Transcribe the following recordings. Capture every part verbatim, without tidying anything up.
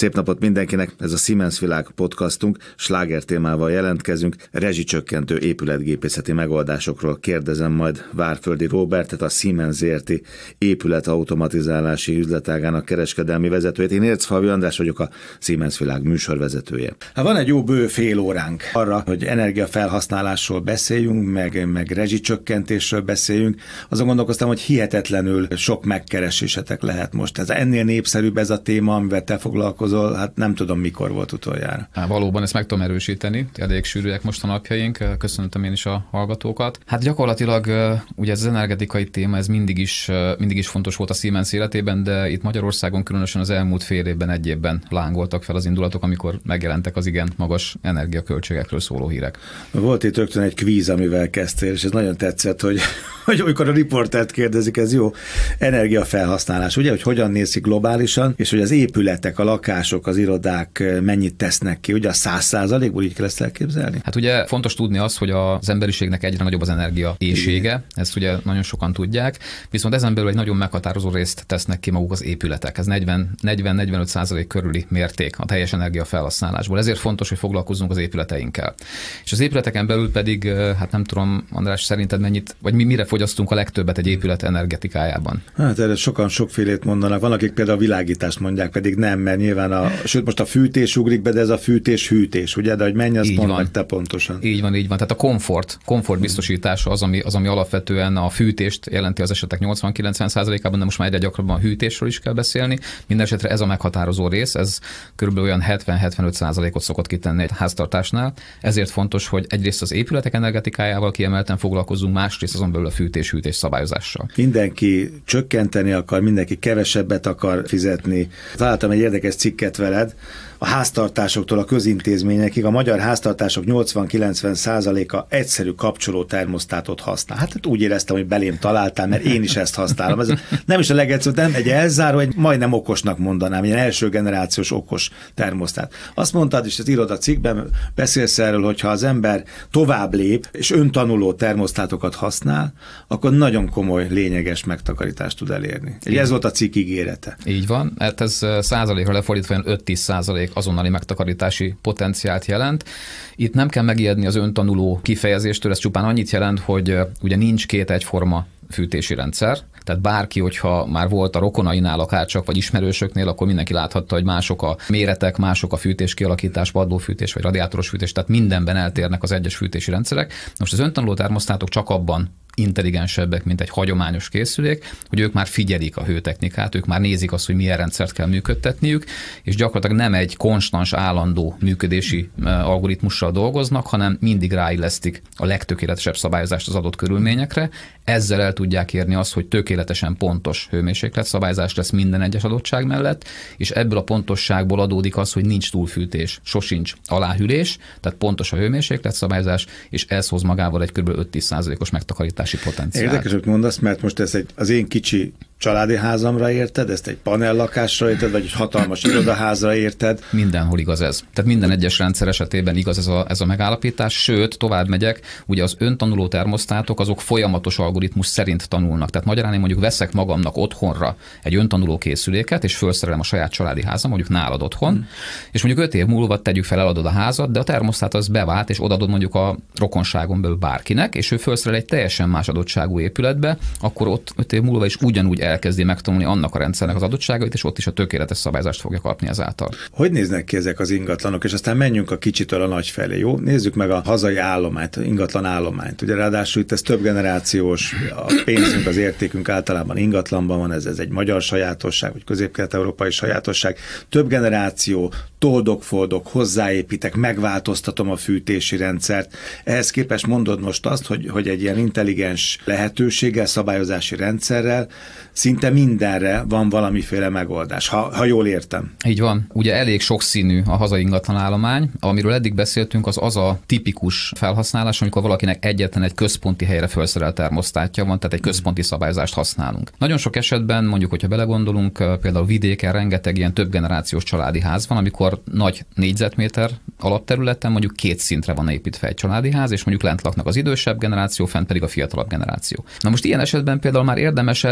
Szép napot mindenkinek, ez a Siemens Világ podcastunk, sláger témával jelentkezünk, rezsicsökkentő épületgépészeti megoldásokról kérdezem majd Várföldi Róbertet, a Siemens Zé Er Té épületautomatizálási üzletágának kereskedelmi vezetőjét. Én Érczfalvi András vagyok, a Siemens Világ műsorvezetője. Hát van egy jó bő fél óránk arra, hogy energiafelhasználásról beszéljünk, meg, meg rezsicsökkentésről beszéljünk. Azon gondolkoztam, hogy hihetetlenül sok megkeresésetek lehet most. Ez ennél népszerűbb ez a téma, amivel te foglalkozol, hát nem tudom, mikor volt utoljára. Há, valóban ezt meg tudom erősíteni, elég sűrűek most a napjaink, köszöntöm én is a hallgatókat. Hát gyakorlatilag ugye ez az energetikai téma, ez mindig is, mindig is fontos volt a Siemens életében, de itt Magyarországon különösen az elmúlt fél évben, egy évben lángoltak fel az indulatok, amikor megjelentek az igen magas energiaköltségekről szóló hírek. Volt itt rögtön egy kvíz, amivel kezdtél, és ez nagyon tetszett, hogy, hogy amikor a riportert kérdezik, ez jó, energiafelhasználás, ugye, hogy hogyan néz ki globálisan, és hogy az épületek, a lakások, az irodák mennyit tesznek ki, ugye a száz százalékból így kell ezt elképzelni? Hát ugye fontos tudni azt, hogy az emberiségnek egyre nagyobb az energia éhsége, ezt ugye nagyon sokan tudják, viszont ezen belül egy nagyon meghatározó részt tesznek ki maguk az épületek. Ez negyven-negyvenöt százalék körüli mérték a teljes energiafelhasználásból. Ezért fontos, hogy foglalkozzunk az épületeinkkel. És az épületeken belül pedig, hát nem tudom, András, szerinted mennyit, vagy mi mire fogyasztunk a legtöbbet egy épület energetikájában? Hát erre sokan sokfélét mondanak. Van, akik például a világítást mondják, pedig nem, mert nyilván a, sőt most a fűtés ugrik be, de ez a fűtés-hűtés, ugye, de hogy menj, azt mondd meg te pontosan. Így van, így van. Tehát a komfort, komfort biztosítása az, ami, az, ami alapvetően a fűtést jelenti az esetek nyolcvan-kilencven százalékában, de most már egyre gyakrabban a hűtésről is kell beszélni. Mindenesetre ez a meghatározó rész, ez körülbelül olyan hetven-hetvenöt százalékot szokott kitenni egy háztartásnál. Ezért fontos, hogy egyrészt az épületek energetikájával kiemelten foglalkozunk, másrészt azon belül a fűtés-hűtés szabályozással. Mindenki csökkenteni akar, mindenki kevesebbet akar fizetni. Találtam egy érdekes cikket veled, a háztartásoktól a közintézményekig a magyar háztartások nyolcvan-kilencven százaléka egyszerű kapcsoló termosztátot használ. Hát úgy éreztem, hogy belém találtál, mert én is ezt használom. Ez nem is a legegyszerűbb, nem egy elzáró, egy majdnem okosnak mondanám, ilyen első generációs okos termosztát. Azt mondtad, és az iroda cikkben beszélsz erről, hogyha az ember tovább lép, és öntanuló termosztátokat használ, akkor nagyon komoly, lényeges megtakarítást tud elérni. Így ez volt a cikk ígérete. Így van, hát ez százalékra lefordítva olyan öt-tíz százalék azonnali megtakarítási potenciált jelent. Itt nem kell megijedni az öntanuló kifejezéstől, ez csupán annyit jelent, hogy ugye nincs két egyforma fűtési rendszer, tehát bárki, hogyha már volt a rokonainál akár csak, vagy ismerősöknél, akkor mindenki láthatta, hogy mások a méretek, mások a fűtés kialakítás, padlófűtés vagy radiátoros fűtés, tehát mindenben eltérnek az egyes fűtési rendszerek. Most az öntanuló termosztátok csak abban intelligensebbek, mint egy hagyományos készülék, hogy ők már figyelik a hőtechnikát, ők már nézik azt, hogy milyen rendszert kell működtetniük, és gyakorlatilag nem egy konstans, állandó működési algoritmussal dolgoznak, hanem mindig ráillesztik a legtökéletesebb szabályozást az adott körülményekre. Ezzel el tudják érni azt, hogy tökéletesen pontos hőmérséklet-szabályzás lesz minden egyes adottság mellett, és ebből a pontosságból adódik az, hogy nincs túlfűtés, sosincs aláhűlés, tehát pontos a hőmérséklet-szabályzás, és ez hoz magával egy kb. öt-tíz százalékos megtakarítási potenciál. Érdekes, hogy mondasz, mert most ez egy, az én kicsi családi házamra érted, ezt egy panellakásra érted, vagy egy hatalmas irodaházra érted. Mindenhol igaz ez. Tehát minden egyes rendszer esetében igaz ez a, ez a megállapítás, sőt, tovább megyek, ugye az öntanuló termosztátok azok folyamatos algoritmus szerint tanulnak. Tehát magyarán én mondjuk veszek magamnak otthonra egy öntanuló készüléket, és felszerelem a saját családi házam, mondjuk nálad otthon, hmm. és mondjuk öt év múlva tegyük fel, eladod a házat, de a termosztát az bevált, és odaadod mondjuk a rokonságon belül bárkinek, és ő felszerel egy teljesen más adottságú épületbe, akkor ott öt év múlva is ugyanúgy elkezdi megtanulni annak a rendszernek az adottságait, és ott is a tökéletes szabályzást fogja kapni ezáltal. Hogy néznek ki ezek az ingatlanok, és aztán menjünk a kicsitől a nagy felé, jó? Nézzük meg a hazai állományt, ingatlan állományt. Ugye ráadásul itt ez több generációs, a pénzünk, az értékünk általában ingatlanban van, ez, ez egy magyar sajátosság, vagy közép-kelet-európai sajátosság. Több generáció, toldok-foldok, hozzáépítek, megváltoztatom a fűtési rendszert. Ehhez képest mondod most azt, hogy, hogy egy ilyen intelligens lehetőséggel, szabályozási rendszerrel szinte mindenre van valamiféle megoldás, ha, ha jól értem. Így van. Ugye elég sokszínű a hazai ingatlanállomány. Amiről eddig beszéltünk, az az a tipikus felhasználás, amikor valakinek egyetlen egy központi helyre felszerelt termosztátja van, tehát egy központi szabályozást használunk. Nagyon sok esetben, mondjuk, hogyha belegondolunk, például vidéken rengeteg ilyen több generációs családi ház van, amikor nagy négyzetméter alapterületen mondjuk két szintre van építve egy családi ház, és mondjuk lent laknak az idősebb generáció, fent pedig a fiatalabb generáció. Na most ilyen esetben például már érdemesebb az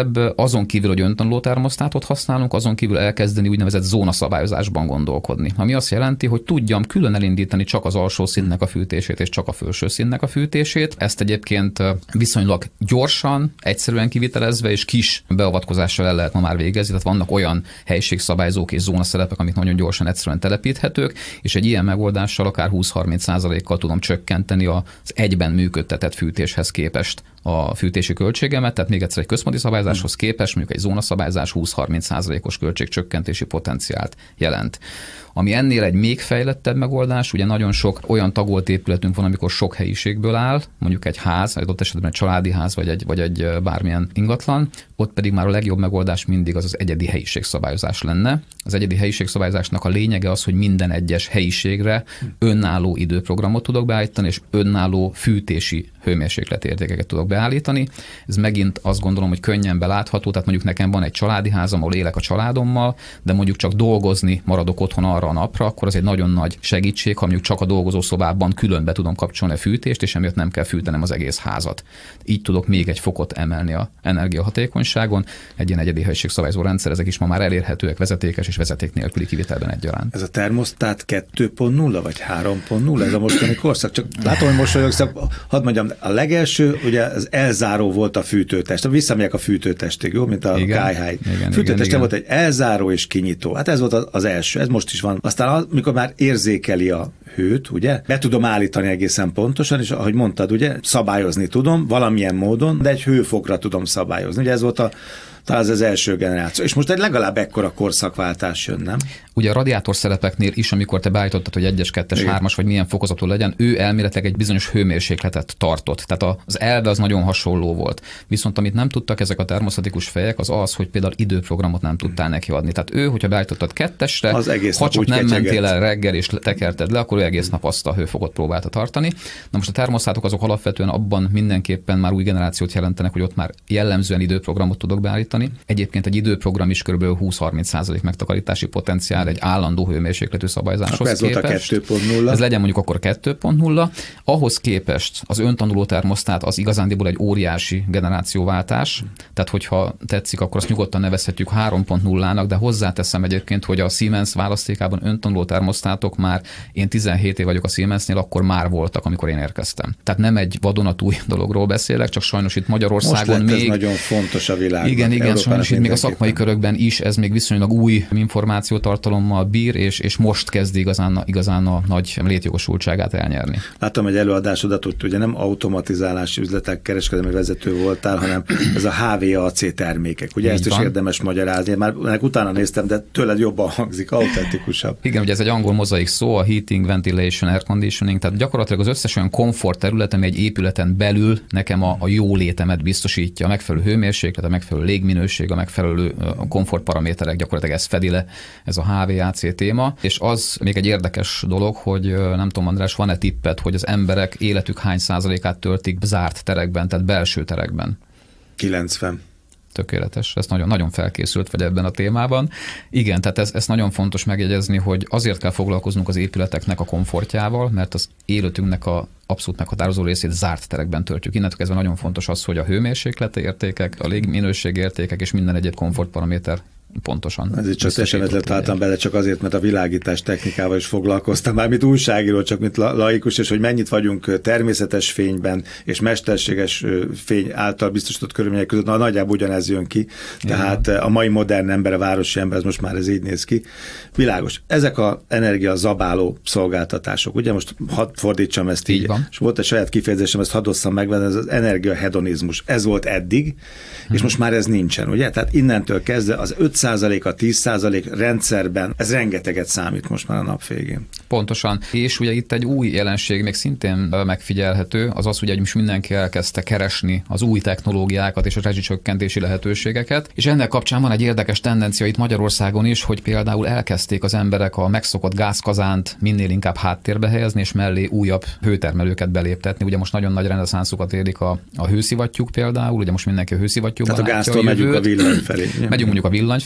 azon kívül, hogy öntanuló termosztátot használunk, azon kívül elkezdeni úgynevezett zónaszabályozásban gondolkodni. Ami azt jelenti, hogy tudjam külön elindítani csak az alsó színnek a fűtését és csak a felső színnek a fűtését. Ezt egyébként viszonylag gyorsan, egyszerűen kivitelezve és kis beavatkozással el lehet ma már végezni. Tehát vannak olyan helyiségszabályzók és zónaszerepek, amik nagyon gyorsan, egyszerűen telepíthetők, és egy ilyen megoldással akár húsz-harminc százalékkal tudom csökkenteni az egyben működtetett fűtéshez képest a fűtési költségemet, tehát még egyszer egy központi szabályzáshoz képest mondjuk egy zónaszabályzás húsz-harminc százalékos költségcsökkentési potenciált jelent. Ami ennél egy még fejlettebb megoldás, ugye nagyon sok olyan tagolt épületünk van, amikor sok helyiségből áll, mondjuk egy ház, adott esetben egy családi ház, vagy egy, vagy egy bármilyen ingatlan, ott pedig már a legjobb megoldás mindig az az egyedi helyiségszabályozás lenne. Az egyedi helyiségszabályozásnak a lényege az, hogy minden egyes helyiségre önálló időprogramot tudok beállítani, és önálló fűtési hőmérsékleti értékeket tudok beállítani. Ez megint azt gondolom, hogy könnyen belátható, tehát mondjuk nekem van egy családi házam, ahol élek a családommal, de mondjuk csak dolgozni maradok otthon arra a napra, akkor az egy nagyon nagy segítség, ha mondjuk csak a dolgozószobában külön be tudom kapcsolni a fűtést, és emiatt nem kell fűtenem az egész házat. Így tudok még egy fokot emelni a energiahatékonyságon. Egy ilyen egyedi helyiségszabályozó rendszer, ezek is ma már elérhetőek vezetékes és vezeték nélküli kivitelben egyaránt. Ez a termosztát kettő pont nulla vagy három pont nulla, ez a mostani korszak? Csak látom, hogy mosolyogsz, hadd mondjam, a legelső, ugye az elzáró volt a fűtőtest. Visszamegyek a fűtőtestig, jó, mint a kájháj. Fűtőtest volt egy elzáró és kinyitó. Hát ez volt az első, ez most is van. Aztán amikor már érzékeli a hőt, ugye, be tudom állítani egészen pontosan, és ahogy mondtad, ugye, szabályozni tudom valamilyen módon, de egy hőfokra tudom szabályozni. Ugye ez volt a talán az első generáció. És most egy legalább ekkora korszakváltás jön, nem? Ugye a radiátor szerepeknél is, amikor te beállítottad, hogy egyes, kettes, hármas, vagy milyen fokozatú legyen, ő elméletileg egy bizonyos hőmérsékletet tartott. Tehát az elve az nagyon hasonló volt. Viszont amit nem tudtak ezek a termosztatikus fejek, az az, hogy például időprogramot nem tudtál neki adni. Tehát ő, hogyha beállítottad kettesre, az egész ha csak nem kecseget. mentél el reggel és tekerted le, akkor ő egész nap azt a hőfokot próbálta tartani. Na most a termosztátok azok alapvetően abban mindenképpen már új generációt jelentenek, hogy ott már jellemzően időprogramot tudok beállítani. Egyébként egy időprogram is kb. húsz-harminc százalék megtakarítási potenciál egy állandó hőmérsékletű szabályzáshoz ez képest. Volt a kettő pont nulla. Ez legyen mondjuk akkor kettő pont nulla. Ahhoz képest az öntanuló termosztát az igazándiból egy óriási generációváltás. Tehát hogyha tetszik, akkor azt nyugodtan nevezhetjük három pont nullának, de hozzáteszem egyébként, hogy a Siemens választékában öntanuló termosztátok már, én tizenhét év vagyok a Siemensnél, akkor már voltak, amikor én érkeztem. Tehát nem egy vadonatúj dologról beszélek, csak sajnos itt Magyarországon most még... ez nagyon fontos a világban. Igen, igen, sajnos itt még a szakmai körökben is ez még viszonylag új információtartalommal bír, és, és most kezdi igazán, igazán a nagy létjogosultságát elnyerni. Láttam egy előadásodat, hogy ugye nem automatizálási üzletek kereskedelmi vezető voltál, hanem ez a há vé á cé termékek. Ugye így ezt van. Is érdemes magyarázni. Már ennek utána néztem, de tőled jobban hangzik, autentikusabb. Igen, ugye ez egy angol mozaik szó, a heating, ventilation, air conditioning, tehát gyakorlatilag az összes olyan komfort terület, ami egy épületen belül nekem a, a jó létemet biztosítja, a megfelelő hőmérséklet, a megfelelő légminőség, a megfelelő komfortparaméterek, gyakorlatilag ez fedi le, ez a há vé á cé téma. És az még egy érdekes dolog, hogy nem tudom, András, van-e tippet, hogy az emberek életük hány százalékát töltik zárt terekben, tehát belső terekben? kilencven. Tökéletes, ez nagyon, nagyon felkészült vagy ebben a témában. Igen, tehát ez, ez nagyon fontos megjegyezni, hogy azért kell foglalkoznunk az épületeknek a komfortjával, mert az életünknek a abszolút meghatározó részét zárt terekben töltjük. Innentől kezdve nagyon fontos az, hogy a hőmérsékleti értékek, a légminőség értékek és minden egyéb komfortparaméter pontosan. Ezért csak esemetlet álltam bele, csak azért, mert a világítás technikával is foglalkoztam, már mint újságíró, csak mint laikus, és hogy mennyit vagyunk természetes fényben és mesterséges fény által biztosított körülmények között, na nagyjából ugyanez jön ki. Tehát igen. A mai modern ember, a városi ember, ez most már ez így néz ki. Világos. Ezek az energia zabáló szolgáltatások. Ugye most hadd fordítsam ezt így, így és volt egy saját kifejezésem, ezt hadd osszam meg, ez az energiahedonizmus. Ez volt eddig, hmm. és most már ez nincsen, ugye? Tehát innentől kezdve az öt százalék, a tíz százalék rendszerben, ez rengeteget számít most már a nap végén. Pontosan. És ugye itt egy új jelenség még szintén megfigyelhető, az az, ugye, hogy most mindenki elkezdte keresni az új technológiákat és a rezsicsökkentési lehetőségeket, és ennek kapcsán van egy érdekes tendencia itt Magyarországon is, hogy például elkezdték az emberek a megszokott gázkazánt minél inkább háttérbe helyezni, és mellé újabb hőtermelőket beléptetni. Ugye most nagyon nagy reneszánszukat érik a, a hőszivattyúk például, ugye most mindenki a hőszivattyúban. Tehát a gáztól megyünk a villany felé. Megyünk mondjuk a villany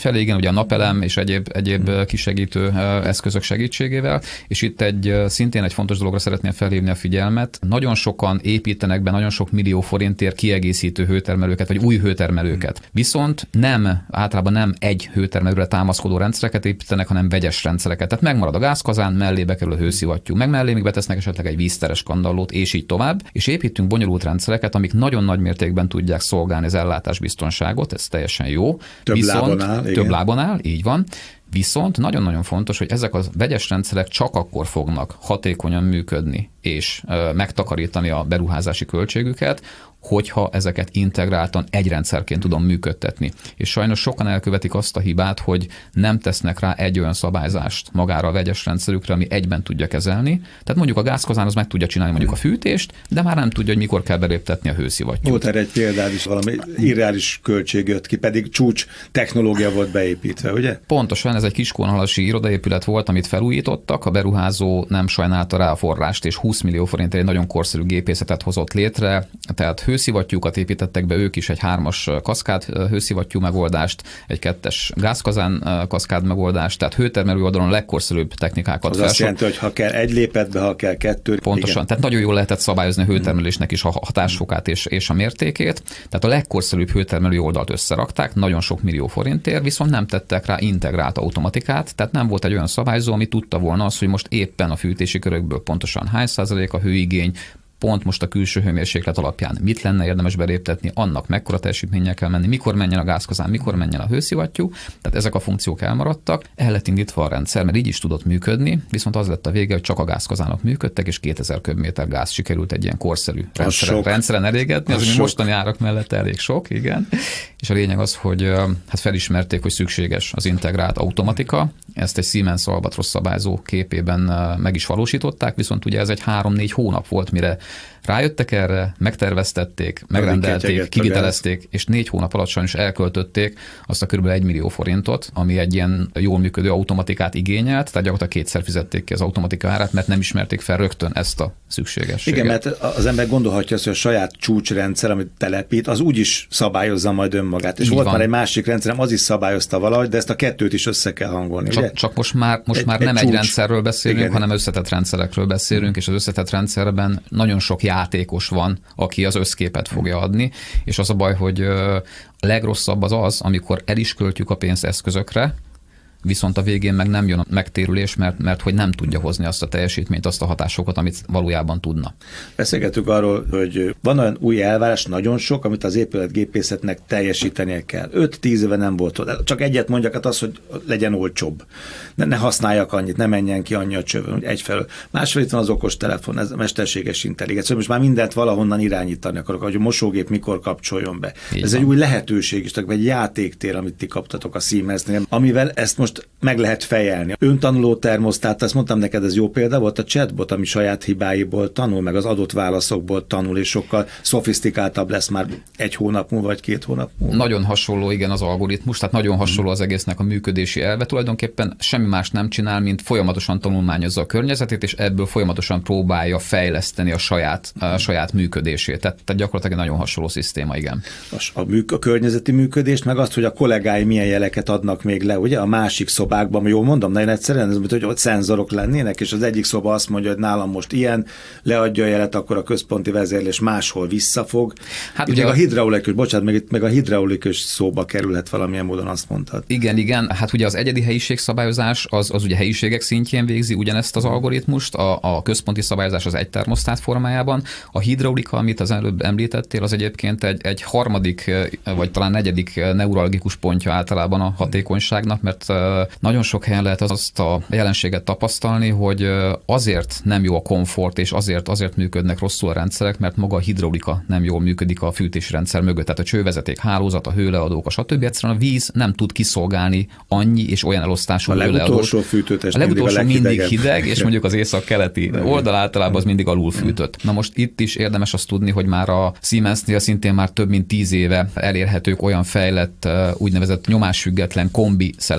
felé, igen, ugye a napelem és egyéb, egyéb kisegítő eszközök segítségével, és itt egy szintén egy fontos dologra szeretném felhívni a figyelmet. Nagyon sokan építenek be nagyon sok millió forintért kiegészítő hőtermelőket, vagy új hőtermelőket. Viszont nem, általában nem egy hőtermelőre támaszkodó rendszereket építenek, hanem vegyes rendszereket. Tehát megmarad a gázkazán, mellé bekerül a hőszivattyú, meg mellé még betesznek esetleg egy vízteres kandallót, és így tovább, és építünk bonyolult rendszereket, amik nagyon nagy mértékben tudják szolgálni az ellátásbiztonságot, ez teljesen jó. Több Viszont, lábon áll, több igen. lábon áll, így van. Viszont nagyon-nagyon fontos, hogy ezek a vegyes rendszerek csak akkor fognak hatékonyan működni és ö, megtakarítani a beruházási költségüket, hogyha ezeket integráltan egy rendszerként tudom működtetni. És sajnos sokan elkövetik azt a hibát, hogy nem tesznek rá egy olyan szabályzást magára a vegyes rendszerükre, ami egyben tudja kezelni. Tehát mondjuk a gázkazán az meg tudja csinálni mondjuk a fűtést, de már nem tudja, hogy mikor kell beléptetni a hőszivattyút. Volt erre egy példád is, valami irreális költség jött ki, pedig csúcs technológia volt beépítve, ugye? Pontosan, ez egy kiskunhalasi irodaépület volt, amit felújítottak, a beruházó nem sajnálta rá a forrást, és húsz millió forintért egy nagyon korszerű gépészetet hozott létre, tehát hőszivattyúkat építettek be ők is, egy hármas kaszkád hőszivattyú megoldást, egy kettes gázkazán kaszkád megoldást, tehát hőtermelő oldalon a legkorszerűbb technikákat az felsor. azt jelenti, hogy ha kell egy lépetbe, ha kell kettő. Pontosan, igen. Tehát nagyon jól lehetett szabályozni a hőtermelésnek is a hatásfokát és, és a mértékét. Tehát a legkorszerűbb hőtermelő oldalt összerakták, nagyon sok millió forintért, viszont nem tettek rá integrált automatikát, tehát nem volt egy olyan szabályzó, ami tudta volna azt, hogy most éppen a fűtési körökből pontosan hány százalék a hőigény, pont most a külső hőmérséklet alapján mit lenne érdemes beléptetni, annak mekkora teljesítménnyel kell menni, mikor menjen a gázkazán, mikor menjen a hőszivattyú, tehát ezek a funkciók elmaradtak, el lett indítva a rendszer, mert így is tudott működni, viszont az lett a vége, hogy csak a gázkazánok működtek, és kétezer köbméter gáz sikerült egy ilyen korszerű rendszeren, rendszeren elégetni, az, az ami mostani árak mellett elég sok, igen. És a lényeg az, hogy hát felismerték, hogy szükséges az integrált automatika, ezt egy Siemens Albatros szabályzó képében meg is valósították, viszont ugye ez egy három-négy hónap volt, mire rájöttek erre, megterveztették, megrendelték, kivitelezték, és négy hónap alatt sajnos elköltötték azt a kb. egy millió forintot, ami egy ilyen jól működő automatikát igényelt, tehát gyakorlatilag kétszer fizették ki az automatika árát, mert nem ismerték fel rögtön ezt a szükségességet. Igen, mert az ember gondolhatja azt, hogy a saját csúcsrendszer, amit telepít, az úgyis szabályozza majd önmagát. És így volt van. Már egy másik rendszerem, az is szabályozta valahogy, de ezt a kettőt is össze kell hangolni. Csak, ugye? csak most már, most egy, már egy nem csúcs. egy rendszerről beszélünk, igen. hanem összetett rendszerekről beszélünk, és az összetett rendszerben nagyon sok játékos van, aki az összképet fogja adni, és az a baj, hogy a legrosszabb az az, amikor el is költjük a pénzt eszközökre, viszont a végén meg nem jön a megtérülés, mert, mert hogy nem tudja hozni azt a teljesítményt, azt a hatásokat, amit valójában tudna. Beszélgetünk arról, hogy van olyan új elvárás, nagyon sok, amit az épületgépészetnek teljesítenie kell. öt-tíz éve nem volt ott. Csak egyet mondjak, hát az, hogy legyen olcsóbb. Ne, ne használjak annyit, ne menjen ki annyi a csövön, egyfelől. Másfelől itt van az okostelefon, ez a mesterséges intelligencia. Most már mindent valahonnan irányítani akarok, hogy a mosógép mikor kapcsoljon be. Így ez van. egy új lehetőség is, egy játéktér, amit ti kaptatok a Siemensnél, amivel ezt most meg lehet fejelni. Öntanuló termosztát, ezt mondtam neked, ez jó példa volt, a chatbot, ami saját hibáiból tanul, meg az adott válaszokból tanul, és sokkal szofisztikáltabb lesz már egy hónap múlva, vagy két hónap múlva. Nagyon hasonló, igen, az algoritmus, tehát nagyon hasonló az egésznek a működési elve. Tulajdonképpen semmi más nem csinál, mint folyamatosan tanulmányozza a környezetét, és ebből folyamatosan próbálja fejleszteni a saját, a saját működését. Tehát, tehát gyakorlatilag egy nagyon hasonló szisztéma, igen. A, a, műk, a környezeti működést, meg azt, hogy a kollégái milyen jeleket adnak még le, ugye a másik szobákban, jól mondom, nagyon egyszerűen, ez, hogy ott szenzorok lennének, és az egyik szoba azt mondja, hogy nálam most ilyen, leadja a jelet, akkor a központi vezérlés máshol visszafog. Hát ugye a hidraulikus, bocsánat, meg itt meg a hidraulikus szóba kerülhet valamilyen módon, azt mondtad. Igen, igen, hát ugye az egyedi helyiségszabályozás az, az ugye helyiségek szintjén végzi ugyanezt az algoritmust, a, a központi szabályozás az egy termosztát formájában. A hidraulika, amit az előbb említettél, az egyébként egy, egy harmadik, vagy talán negyedik neuralgikus pontja általában a hatékonyságnak, mert nagyon sok helyen lehet azt a jelenséget tapasztalni, hogy azért nem jó a komfort, és azért, azért működnek rosszul a rendszerek, mert maga a hidraulika nem jól működik a fűtési rendszer mögött. Tehát a csővezeték hálózat, a hőleadók, a stb. Egyszerűen a víz nem tud kiszolgálni annyi és olyan elosztású a hőleadót. legutolsó fűtőtest a legutolsó mindig, a mindig hideg, és mondjuk az észak-keleti oldal általában az mindig alul fűtött. Na most itt is érdemes azt tudni, hogy már a Siemensnél szintén már több mint tíz éve elérhetők olyan fejlett úgynevezett nyomásfüggetlen kombi szelepek,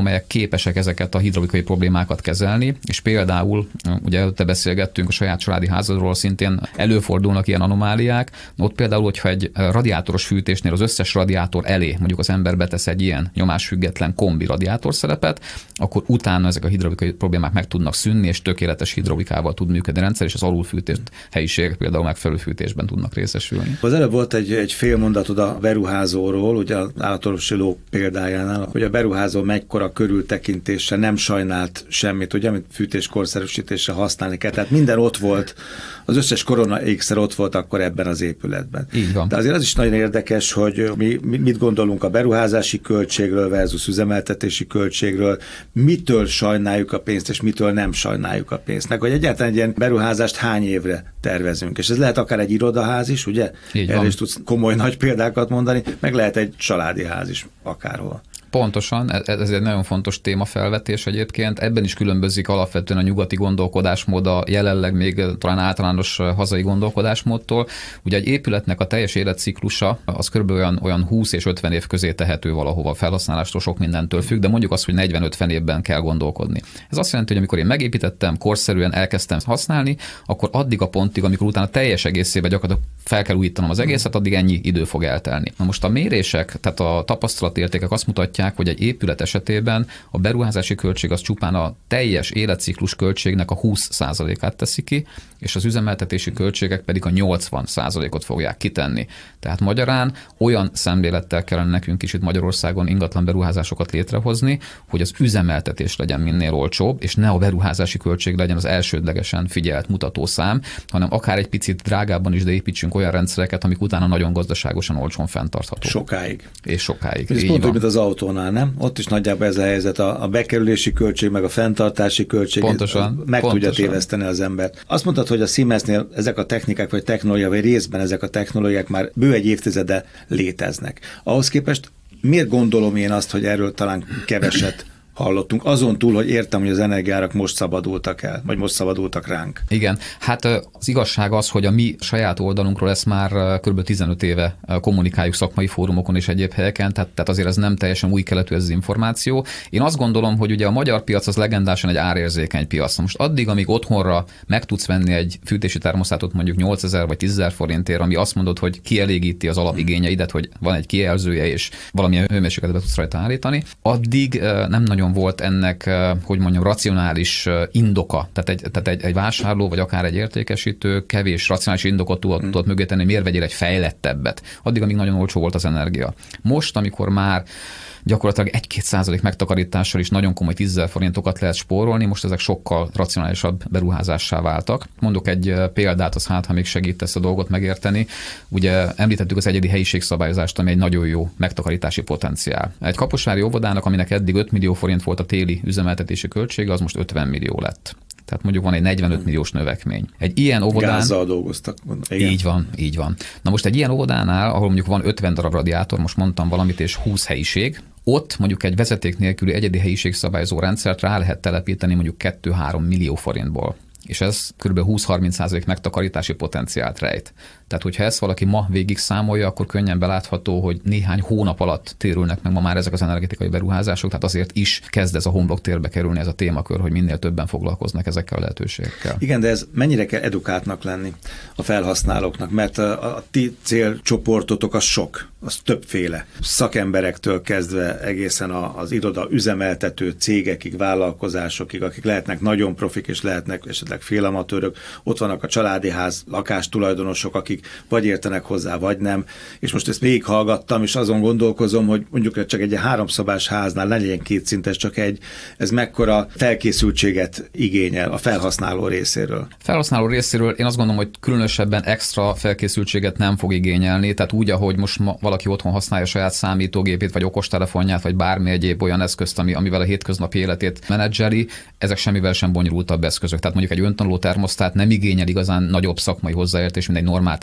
amelyek képesek ezeket a hidraulikai problémákat kezelni, és például, ugye előtte beszélgettünk a saját családi házadról, szintén előfordulnak ilyen anomáliák. Ott például, hogyha egy radiátoros fűtésnél az összes radiátor elé mondjuk az ember betesz egy ilyen nyomásfüggetlen kombi radiátorszerepet, akkor utána ezek a hidraulikai problémák meg tudnak szűnni, és tökéletes hidraulikával tud működni a rendszer, és az alulfűtést helyiségek például megfelelő fűtésben tudnak részesülni. Az előbb volt egy, egy fél mondatod a beruházóról, ugye az állatorvosi ló példájánál, hogy a beruházó mekkora körültekintéssel nem sajnált semmit, ugye, amit fűtéskorszerűsítésre használni kell. Tehát minden ott volt, az összes korona ékszer ott volt akkor ebben az épületben. Így van. De azért az is nagyon érdekes, hogy mi mit gondolunk a beruházási költségről versus üzemeltetési költségről, mitől sajnáljuk a pénzt, és mitől nem sajnáljuk a pénzt. Meg hogy egyáltalán egy ilyen beruházást hány évre tervezünk. És ez lehet akár egy irodaház is, ugye? Így Erre van. is tudsz komoly nagy példákat mondani, meg lehet egy családi ház is akárhol. Pontosan, ez egy nagyon fontos témafelvetés egyébként. Ebben is különbözik alapvetően a nyugati gondolkodásmód a jelenleg még talán általános hazai gondolkodásmódtól. Ugye egy épületnek a teljes életciklusa az kb. olyan, olyan húsz és ötven év közé tehető valahova, felhasználástól sok mindentől függ, de mondjuk azt, hogy negyven-ötven évben kell gondolkodni. Ez azt jelenti, hogy amikor én megépítettem, korszerűen elkezdtem használni, akkor addig a pontig, amikor utána teljes egészében gyakorlatilag fel kell újítanom az egészet, addig ennyi idő fog eltelni. Na most a mérések, tehát a tapasztalatértékek azt mutatják, hogy egy épület esetében a beruházási költség az csupán a teljes életciklus költségnek a húsz százalékát teszi ki, és az üzemeltetési költségek pedig a nyolcvan százalékot fogják kitenni. Tehát magyarán olyan szemlélettel kellene nekünk is itt Magyarországon ingatlan beruházásokat létrehozni, hogy az üzemeltetés legyen minél olcsóbb, és ne a beruházási költség legyen az elsődlegesen figyelt mutatószám, hanem akár egy picit drágábban is, de építsünk olyan rendszereket, amik utána nagyon gazdaságosan, olcsón fenntarthatók. Sokáig. És sokáig. Ez pont úgy, mint az autónál, nem? Ott is nagyjából ez a helyzet, a, a bekerülési költség, meg a fenntartási költség pontosan, meg pontosan. tudja téveszteni az embert. Azt mondtad, hogy a Siemensnél ezek a technikák, vagy technológia, vagy részben ezek a technológiák már bő egy évtizede léteznek. Ahhoz képest miért gondolom én azt, hogy erről talán keveset hallottunk, azon túl, hogy értem, hogy az energiárak most szabadultak el, vagy most szabadultak ránk. Igen, hát az igazság az, hogy a mi saját oldalunkról ezt már kb. tizenöt éve kommunikáljuk szakmai fórumokon és egyéb helyeken, tehát, tehát azért ez nem teljesen új keletű ez az információ. Én azt gondolom, hogy ugye a magyar piac az legendásan egy árérzékeny piac. Most addig, amíg otthonra meg tudsz venni egy fűtési termosztátot mondjuk nyolcezer vagy tízezer forintért, ami azt mondod, hogy kielégíti az alapigényeidet, hogy van egy kijelzője és valamilyen hőmérsékletet tudsz rajta állítani, addig nem nagyon volt ennek, hogy mondjam, racionális indoka. Tehát egy, tehát egy, egy vásárló, vagy akár egy értékesítő kevés racionális indokot tudott, hmm. tudott mögé tenni, miért vegyél egy fejlettebbet. Addig, amíg nagyon olcsó volt az energia. Most, amikor már gyakorlatilag egy-két százalék megtakarítással is nagyon komoly tízezer forintokat lehet spórolni, most ezek sokkal racionálisabb beruházássá váltak. Mondok egy példát, az hát, ha még segít ezt a dolgot megérteni. Ugye említettük az egyedi helyiségszabályozást, ami egy nagyon jó megtakarítási potenciál. Egy kaposvári óvodának, aminek eddig öt millió forint volt a téli üzemeltetési költsége, az most ötven millió lett. Tehát mondjuk van egy negyvenöt milliós növekmény. Egy ilyen óvodán... Gázzal dolgoztak. Igen. Így van, így van. Na most egy ilyen óvodánál, ahol mondjuk van ötven darab radiátor, most mondtam valamit, és húsz helyiség, ott mondjuk egy vezeték nélküli egyedi helyiségszabályozó rendszert rá lehet telepíteni mondjuk kettő-három millió forintból. És ez kb. húsz-harminc százalék megtakarítási potenciált rejt. Tehát, hogyha ezt valaki ma végig számolja, akkor könnyen belátható, hogy néhány hónap alatt térülnek meg ma már ezek az energetikai beruházások, tehát azért is kezd ez a homloktérbe kerülni ez a témakör, hogy minél többen foglalkoznak ezekkel a lehetőségekkel. Igen, de ez mennyire kell edukáltnak lenni a felhasználóknak, mert a, a ti célcsoportotok az sok, az többféle. Szakemberektől kezdve egészen az iroda üzemeltető cégekig, vállalkozásokig, akik lehetnek nagyon profik, és lehetnek esetleg félamatőrök, ott vannak a családi ház, lakástulajdonosok, akik vagy értenek hozzá, vagy nem. És most ezt végighallgattam, és azon gondolkozom, hogy mondjuk csak egy háromszobás háznál ne legyen kétszintes, csak egy, ez mekkora felkészültséget igényel a felhasználó részéről. Felhasználó részéről én azt gondolom, hogy különösebben extra felkészültséget nem fog igényelni, tehát úgy, ahogy most ma valaki otthon használja saját számítógépét, vagy okostelefonját, vagy bármi egyéb olyan eszközt, ami, amivel a hétköznapi életét menedzseli, ezek semmivel sem bonyolultabb eszközök. Tehát mondjuk egy öntanuló termosztát nem igényel igazán nagyobb szakmai hozzáértés, mint egy normál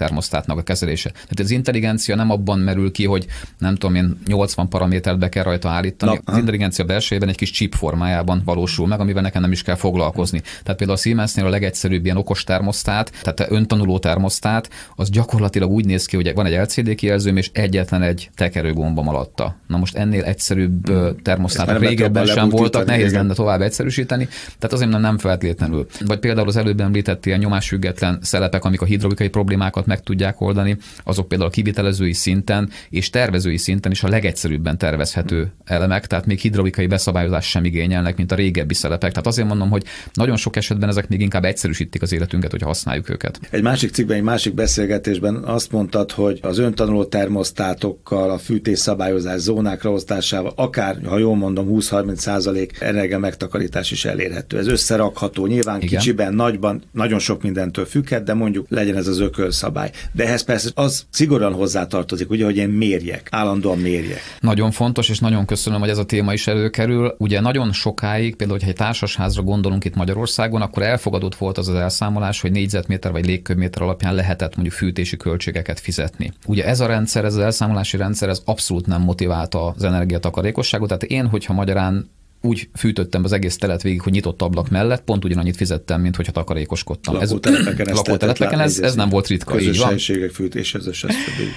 termosztátnak a kezelése. Tehát az intelligencia nem abban merül ki, hogy nem tudom én, nyolcvan paramétert be kell rajta állítani. Na, az intelligencia belsejében egy kis chip formájában valósul meg, amivel nekem nem is kell foglalkozni. Tehát például a Siemensnél a legegyszerűbb ilyen okos termosztát, tehát öntanuló termosztát, az gyakorlatilag úgy néz ki, hogy van egy el cé dé kijelzőm és egyetlen egy tekerőgombam alatta. Na most ennél egyszerűbb hmm. termosztátok régebben sem voltak, nehéz igen. lenne tovább egyszerűsíteni, tehát azért nem, nem feltétlenül. Vagy például az előbb említett ilyen nyomásfüggetlen szelepek, amik a hidraulikai problémákat meg tudják oldani, azok például a kivitelezői szinten és tervezői szinten is a legegyszerűbben tervezhető elemek, tehát még hidraulikai beszabályozást sem igényelnek, mint a régebbi szelepek. Tehát azért mondom, hogy nagyon sok esetben ezek még inkább egyszerűsítik az életünket, hogy használjuk őket. Egy másik cikkben, egy másik beszélgetésben azt mondtad, hogy az öntanuló termosztátokkal, a fűtésszabályozás zónákra osztásával, akár, ha jól mondom, húsz-harminc százalék energia megtakarítás is elérhető. Ez összerakható, nyilván igen. kicsiben, nagyban, nagyon sok mindentől függhet, de mondjuk legyen ez az ökölszabály. De ehhez persze az szigorúan hozzátartozik, ugye, hogy én mérjek, állandóan mérjek. Nagyon fontos, és nagyon köszönöm, hogy ez a téma is előkerül. Ugye nagyon sokáig, például, hogyha egy társasházra gondolunk itt Magyarországon, akkor elfogadott volt az az elszámolás, hogy négyzetméter vagy légköbméter alapján lehetett mondjuk fűtési költségeket fizetni. Ugye ez a rendszer, ez az elszámolási rendszer, ez abszolút nem motiválta az energiatakarékosságot. Tehát én, hogyha magyarán úgy fűtöttem az egész telet végig, hogy nyitott ablak mellett, pont ugyanannyit fizettem, mint hogyha takarékoskodtam. Lakótelepeken, lakótelepeken ez, ez nem volt ritka. Közös helységek fűtéshez összes.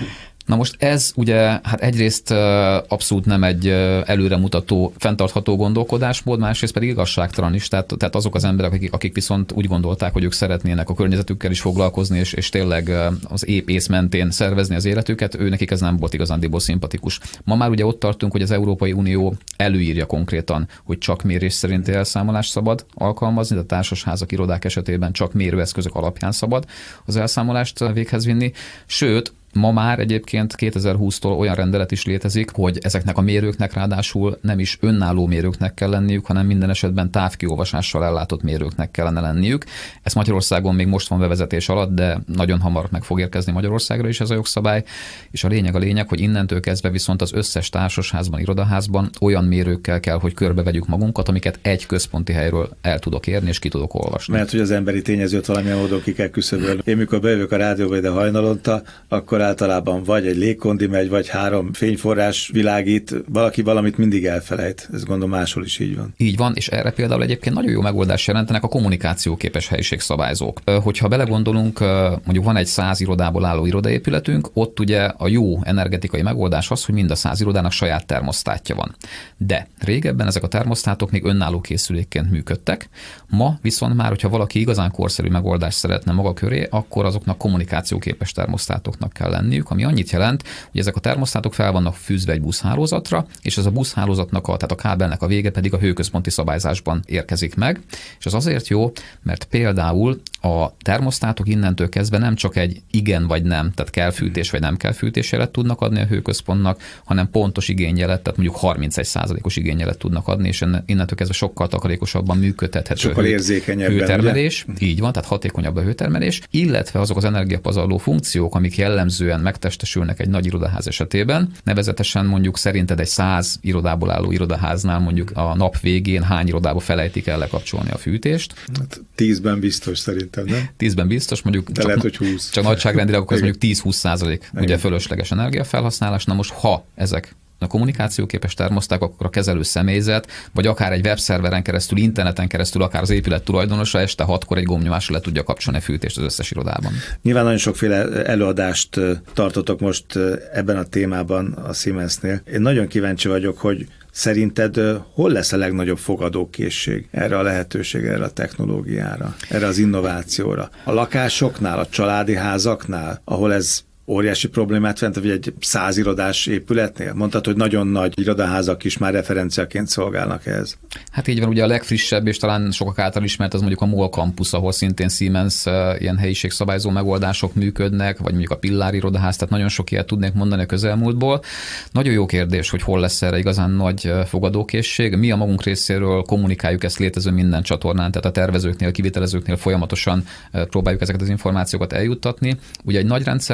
Na most ez ugye, hát egyrészt abszolút nem egy előremutató, fenntartható gondolkodásmód, másrészt pedig igazságtalan is. Tehát, tehát azok az emberek, akik, akik viszont úgy gondolták, hogy ők szeretnének a környezetükkel is foglalkozni, és, és tényleg az épp ész mentén szervezni az életüket, ő nekik ez nem volt igazándiból szimpatikus. Ma már ugye ott tartunk, hogy az Európai Unió előírja konkrétan, hogy csak mérés szerinti elszámolást szabad alkalmazni, de a társasházak, irodák esetében csak mérőeszközök alapján szabad az elszámolást véghez vinni. Sőt, ma már egyébként kétezer-húsztól olyan rendelet is létezik, hogy ezeknek a mérőknek ráadásul nem is önálló mérőknek kell lenniük, hanem minden esetben távkiolvasással ellátott mérőknek kellene lenniük. Ez Magyarországon még most van bevezetés alatt, de nagyon hamar meg fog érkezni Magyarországra is ez a jogszabály. És a lényeg a lényeg, hogy innentől kezdve viszont az összes társasházban, irodaházban olyan mérőkkel kell, hogy körbevegyük magunkat, amiket egy központi helyről el tudok érni és ki tudok olvasni. Mert hogy az emberi tényezőt valamilyen módon ki kell küszöbölni. Én mikor bejövök a rádióba ide hajnalonta, akkor általában vagy egy légkondi megy, vagy három fényforrás világít, valaki valamit mindig elfelejt. Ez gondolom máshol is így van. Így van, és erre például egyébként nagyon jó megoldást jelentenek a kommunikációképes helyiségszabályzók. Hogyha belegondolunk, mondjuk van egy száz irodából álló irodaépületünk, ott ugye a jó energetikai megoldás az, hogy mind a száz irodának saját termosztátja van. De régebben ezek a termosztátok még önálló készülékként működtek. Ma viszont már, hogyha valaki igazán korszerű megoldást szeretne maga köré, akkor azoknak kommunikációképes termosztátoknak kell lenniük, ami annyit jelent, hogy ezek a termosztátok fel vannak fűzve egy buszhálózatra, és ez a buszhálózatnak, a, tehát a kábelnek a vége pedig a hőközponti szabályzásban érkezik meg, és az azért jó, mert például a termosztátok innentől kezdve nem csak egy igen vagy nem, tehát kell fűtés vagy nem kell fűtés jelet tudnak adni a hőközpontnak, hanem pontos igényjelet, tehát mondjuk harmincegy százalékos igényjelet tudnak adni, és innentől kezdve sokkal takarékosabban működtethető sokkal érzékenyebben, hőtermelés. Ugye? Így van, tehát hatékonyabb a hőtermelés, illetve azok az energiapazarló funkciók, amik jellemzően megtestesülnek egy nagy irodaház esetében, nevezetesen mondjuk szerinted egy száz irodából álló irodaháznál mondjuk a nap végén hány irodába felejtik el lekapcsolni a fűtést? Hát tízben biztos szerintem, nem? Tízben biztos, mondjuk csak, lehet, hogy húsz. Csak nagyságrendileg akkor ez mondjuk tíz-húsz százalék ugye fölösleges energiafelhasználás. Na most ha ezek a kommunikációképes termoszták, akkor a kezelő személyzet, vagy akár egy webszerveren keresztül, interneten keresztül, akár az épület tulajdonosa este hatkor egy gombnyomásra le tudja kapcsolni a fűtést az összes irodában. Nyilván nagyon sokféle előadást tartotok most ebben a témában a Siemensnél. Én nagyon kíváncsi vagyok, hogy szerinted hol lesz a legnagyobb fogadókészség erre a lehetőségre, erre a technológiára, erre az innovációra? A lakásoknál, a családi házaknál, ahol ez óriási problémát fent, vagy egy száz irodás épületnél? Mondtad, hogy nagyon nagy irodaházak is már referenciaként szolgálnak ehhez. Hát így van, ugye a legfrissebb, és talán sokak által ismert, az mondjuk a MOL Campus, ahol szintén Siemens ilyen helyiségszabályzó megoldások működnek, vagy mondjuk a Pillár irodaház, tehát nagyon sok ilyet tudnék mondani a közelmúltból. Nagyon jó kérdés, hogy hol lesz erre igazán nagy fogadókészség. Mi a magunk részéről kommunikáljuk ezt létező minden csatornán, tehát a tervezőknél, kivitelezőknél folyamatosan próbáljuk ezeket az információkat eljuttatni. Ugye egy nagy rendszernél ez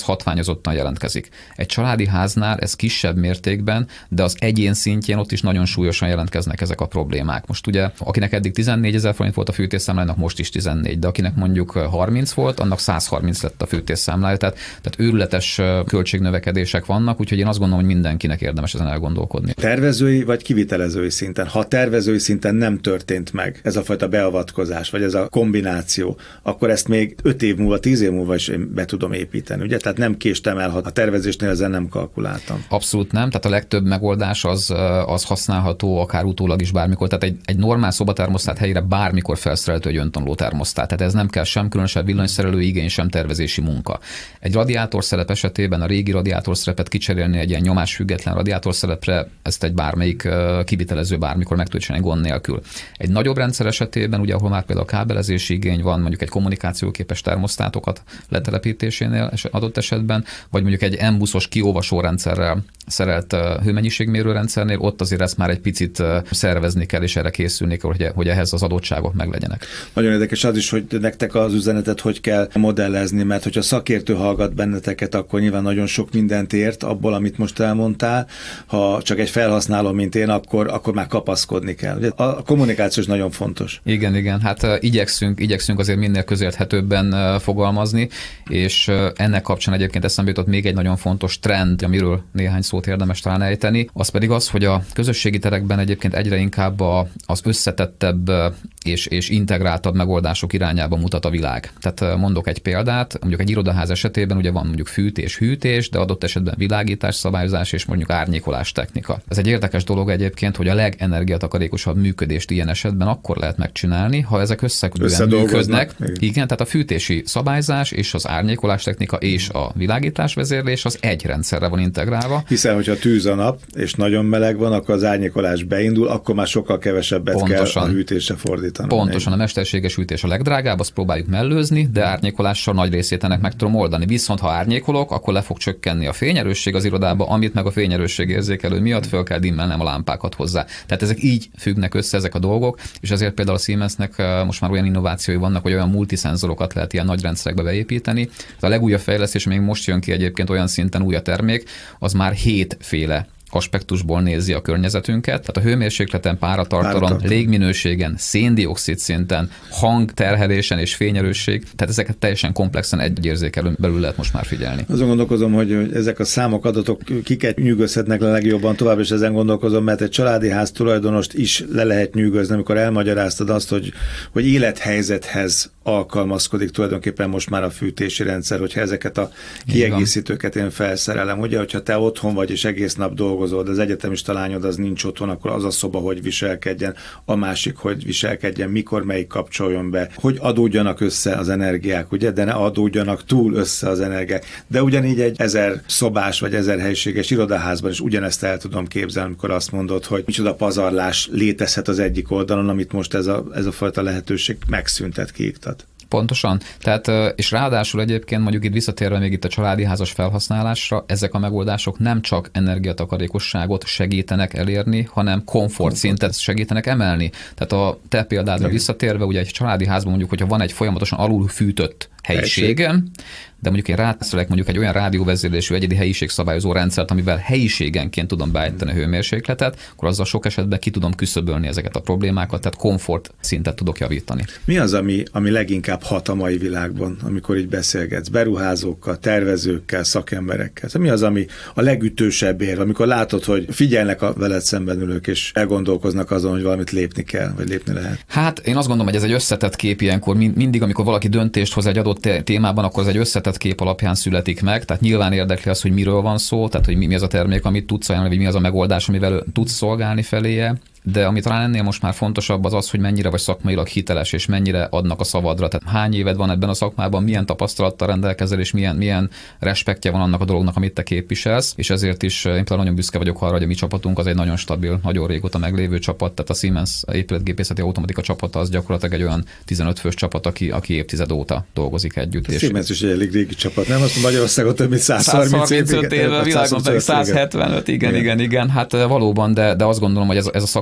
hatványozottan jelentkezik. Egy családi háznál ez kisebb mértékben, de az egyén szintjén ott is nagyon súlyosan jelentkeznek ezek a problémák. Most ugye, akinek eddig tizennégyezer forint volt a fűtésszámlájának, most is tizennégy, de akinek mondjuk harminc volt, annak száz harminc lett a fűtésszámlája. Tehát, tehát őrületes költségnövekedések vannak, úgyhogy én azt gondolom, hogy mindenkinek érdemes ezen elgondolkodni. Tervezői vagy kivitelezői szinten? Ha tervezői szinten nem történt meg ez a fajta beavatkozás, vagy ez a kombináció, akkor ezt még öt év múlva, tíz év múlva is be tudom építeni, ugye? Tehát nem késtem el, ha a tervezésnél ezen nem kalkuláltam. Abszolút nem, tehát a legtöbb megoldás az, az használható akár utólag is bármikor, tehát egy, egy normál szobatermosztát helyére bármikor felszerelhető egy öntanuló termosztát, tehát ez nem kell sem különösebb villanyszerelő igény, sem tervezési munka. Egy radiátorszerep esetében a régi radiátorszerepet kicserélni egy ilyen nyomásfüggetlen radiátorszerepre, ezt egy bármelyik kivitelező bármikor meg tud csinálni gond nélkül. Egy nagyobb rendszer esetében, ugye ahol már például kábelezési igény van, mondjuk egy kommunikációképes termosztátokat letelepítésénél adott esetben, vagy mondjuk egy M-buszos kiolvasó rendszerrel szerelt hőmennyiségmérő rendszernél, ott azért ezt már egy picit szervezni kell, és erre készülni kell, hogy, hogy ehhez az adottságok meglegyenek. Nagyon érdekes az is, hogy nektek az üzenetet hogy kell modellezni, mert hogyha szakértő hallgat benneteket, akkor nyilván nagyon sok mindent ért abból, amit most elmondtál. Ha csak egy felhasználó, mint én, akkor, akkor már kapaszkodni kell. Ugye a kommunikáció is nagyon fontos. Igen, igen. Hát uh, igyekszünk, igyekszünk azért minél közérthetőbben uh, fogalmazni, és uh, ennek kapcsán egyébként eszembe jutott még egy nagyon fontos trend, amiről néhány szót érdemes talán ejteni, az pedig az, hogy a közösségi terekben egyébként egyre inkább a, az összetettebb uh, és, és integráltabb megoldások irányába mutat a világ. Tehát uh, mondok egy példát, mondjuk egy irodaház esetében ugye van mondjuk fűtés, hűtés, de adott esetben világítás, szabályozás és mondjuk árnyékolás technika. Ez egy érdekes dolog egyébként, hogy a legenergiatakarékosabb működést ilyen esetben akkor lehet megcsinálni, ha ezek összekötően működnek. Igen. Igen, tehát a fűtési szabályzás és az árnyékolás technika és a világítás vezérlés az egy rendszerre van integrálva. Hiszen, hogyha tűz a nap és nagyon meleg van, akkor az árnyékolás beindul, akkor már sokkal kevesebbet Pontosan. kell a hűtésre fordítani. Pontosan, a mesterséges hűtés a legdrágább, azt próbáljuk mellőzni, de árnyékolással nagy részét ennek meg tudom oldani. Viszont ha árnyékolok, akkor le fog csökkenni a fényerősség az irodába, amit meg a fényerősség érzékelő miatt föl kell dimmelnem a lámpákat hozzá. Tehát ezek így függnek össze ezek a dolgok, és ezért például a Siemensnek most már olyan innovációi vannak, hogy olyan multiszenzorokat lehet ilyen nagy rendszerekbe beépíteni. A legújabb fejlesztés, még most jön ki egyébként olyan szinten új a termék, az már hétféle aspektusból nézi a környezetünket, tehát a hőmérsékleten, páratartalom, Páratartalom. légminőségen, széndioxid szinten, hangterhelésen és fényerősség, tehát ezeket teljesen komplexen egy érzékelőn belül lehet most már figyelni. Azon gondolkozom, hogy ezek a számok, adatok kiket nyűgözhetnek le legjobban tovább, és ezen gondolkozom, mert egy családi ház tulajdonost is le lehet nyűgözni, amikor elmagyaráztad azt, hogy, hogy élethelyzethez alkalmazkodik tulajdonképpen most már a fűtési rendszer, hogyha ezeket a kiegészítőket én felszerelem. Ugye, hogyha te otthon vagy és egész nap dolgozol, de az egyetemista lányod az nincs otthon, akkor az a szoba, hogy viselkedjen, a másik, hogy viselkedjen, mikor melyik kapcsoljon be, hogy adódjanak össze az energiák, ugye, de ne adódjanak túl össze az energiák. De ugyanígy egy ezer szobás vagy ezer helyiséges irodaházban is ugyanezt el tudom képzelni, amikor azt mondod, hogy micsoda pazarlás létezhet az egyik oldalon, amit most ez a, ez a fajta lehetőség megszüntet, kiiktat. Pontosan. Tehát, és ráadásul egyébként mondjuk itt visszatérve még itt a családi házas felhasználásra, ezek a megoldások nem csak energiatakarékosságot segítenek elérni, hanem komfortszintet segítenek emelni. Tehát a te példádra visszatérve, ugye egy családi házban mondjuk, hogyha van egy folyamatosan alul fűtött helyiségem, de mondjuk én rátesszük mondjuk egy olyan rádióvezérlésű egyedi helyiségszabályozó rendszert, amivel helyiségenként tudom beállítani a hőmérsékletet, akkor azzal sok esetben ki tudom küszöbölni ezeket a problémákat, tehát komfort szintet tudok javítani. Mi az, ami, ami leginkább hat a mai világban, amikor így beszélgetsz? Beruházókkal, tervezőkkel, szakemberekkel. Mi az, ami a legütősebb ér, amikor látod, hogy figyelnek a veled szemben ülők, és elgondolkoznak azon, hogy valamit lépni kell, vagy lépni lehet? Hát én azt gondolom, hogy ez egy összetett kép ilyenkor. Mindig, amikor valaki döntést hoz egy adott témában, akkor ez egy összetett kép alapján születik meg, tehát nyilván érdekli az, hogy miről van szó, tehát hogy mi, mi az a termék, amit tudsz ajánlani, vagy mi az a megoldás, amivel tudsz szolgálni feléje. De ami talán ennél most már fontosabb az az, hogy mennyire vagy szakmailag hiteles, és mennyire adnak a szavadra. Tehát hány éved van ebben a szakmában, milyen tapasztalattal rendelkezel, és milyen, milyen respektje van annak a dolognak, amit te képviselsz. És ezért is én például nagyon büszke vagyok arra, hogy a mi csapatunk az egy nagyon stabil, nagyon régóta meglévő csapat. Tehát a Siemens épületgépészeti automatika csapata az gyakorlatilag egy olyan tizenöt fős csapat, aki, aki évtized óta dolgozik együtt. A Siemens is egy elég régi csapat, nem? Azt Magyarországon több mint száz harmincöt éve, világon pedig száz hetvenöt, igen, igen, igen, igen. Hát valóban, de, de azt gondolom, hogy ez, ez a szakma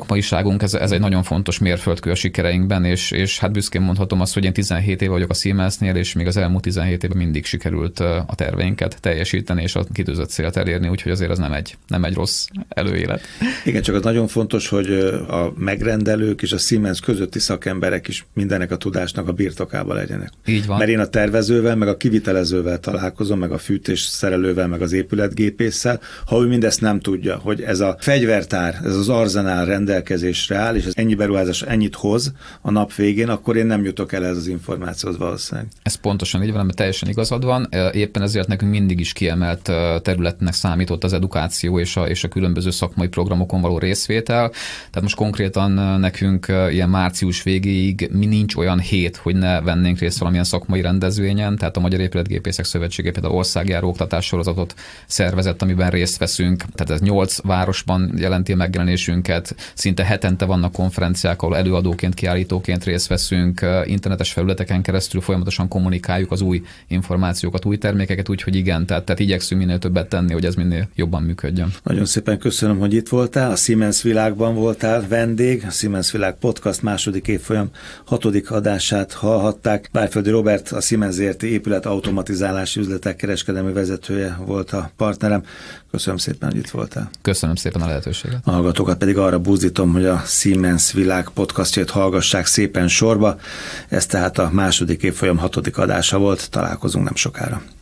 szakmaiságunk, ez, ez egy nagyon fontos mérföldkő a sikereinkben, és, és hát büszkén mondhatom azt, hogy én tizenhét éve vagyok a Siemensnél, és még az elmúlt tizenhét évben mindig sikerült a terveinket teljesíteni, és a kitűzött célt elérni, úgyhogy azért ez nem egy, nem egy rossz előélet. Igen, csak az nagyon fontos, hogy a megrendelők és a Siemens közötti szakemberek is mindennek a tudásnak a birtokában legyenek. Így van. Mert én a tervezővel, meg a kivitelezővel találkozom, meg a fűtésszerelővel, meg az épületgépésszel, ha ő mindezt nem tudja, hogy ez a fegyvertár, ez az arzenál rendelkezésre áll, és ez ennyi beruházás ennyit hoz a nap végén, akkor én nem jutok el ez az információhoz valószínűleg. Ez pontosan így van, mert teljesen igazad van. Éppen ezért nekünk mindig is kiemelt területnek számított az edukáció és a, és a különböző szakmai programokon való részvétel. Tehát most konkrétan nekünk ilyen március végéig mi nincs olyan hét, hogy ne vennénk részt valamilyen szakmai rendezvényen, tehát a Magyar Épületgépészek Szövetsége például országjáró oktatás sorozatot szervezett, amiben részt veszünk, tehát ez nyolc városban jelenti a megjelenésünket, szinte hetente vannak konferenciák, ahol előadóként, kiállítóként részt veszünk, internetes felületeken keresztül folyamatosan kommunikáljuk az új információkat, új termékeket, úgyhogy igen, tehát, tehát igyekszünk minél többet tenni, hogy ez minél jobban működjön. Nagyon szépen köszönöm, hogy itt voltál, a Siemens Világban voltál vendég, a Siemens Világ Podcast második évfolyam hatodik adását hallhatták. Bájföldi Róbert, a Siemens zé er té épület automatizálási üzletek kereskedelmi vezetője volt a partnerem. Köszönöm szépen, hogy itt voltál. Köszönöm szépen a lehetőséget. A hallgatókat pedig arra buzdítom, hogy a Siemens Világ podcastját hallgassák szépen sorba. Ez tehát a második évfolyam hatodik adása volt. Találkozunk nem sokára.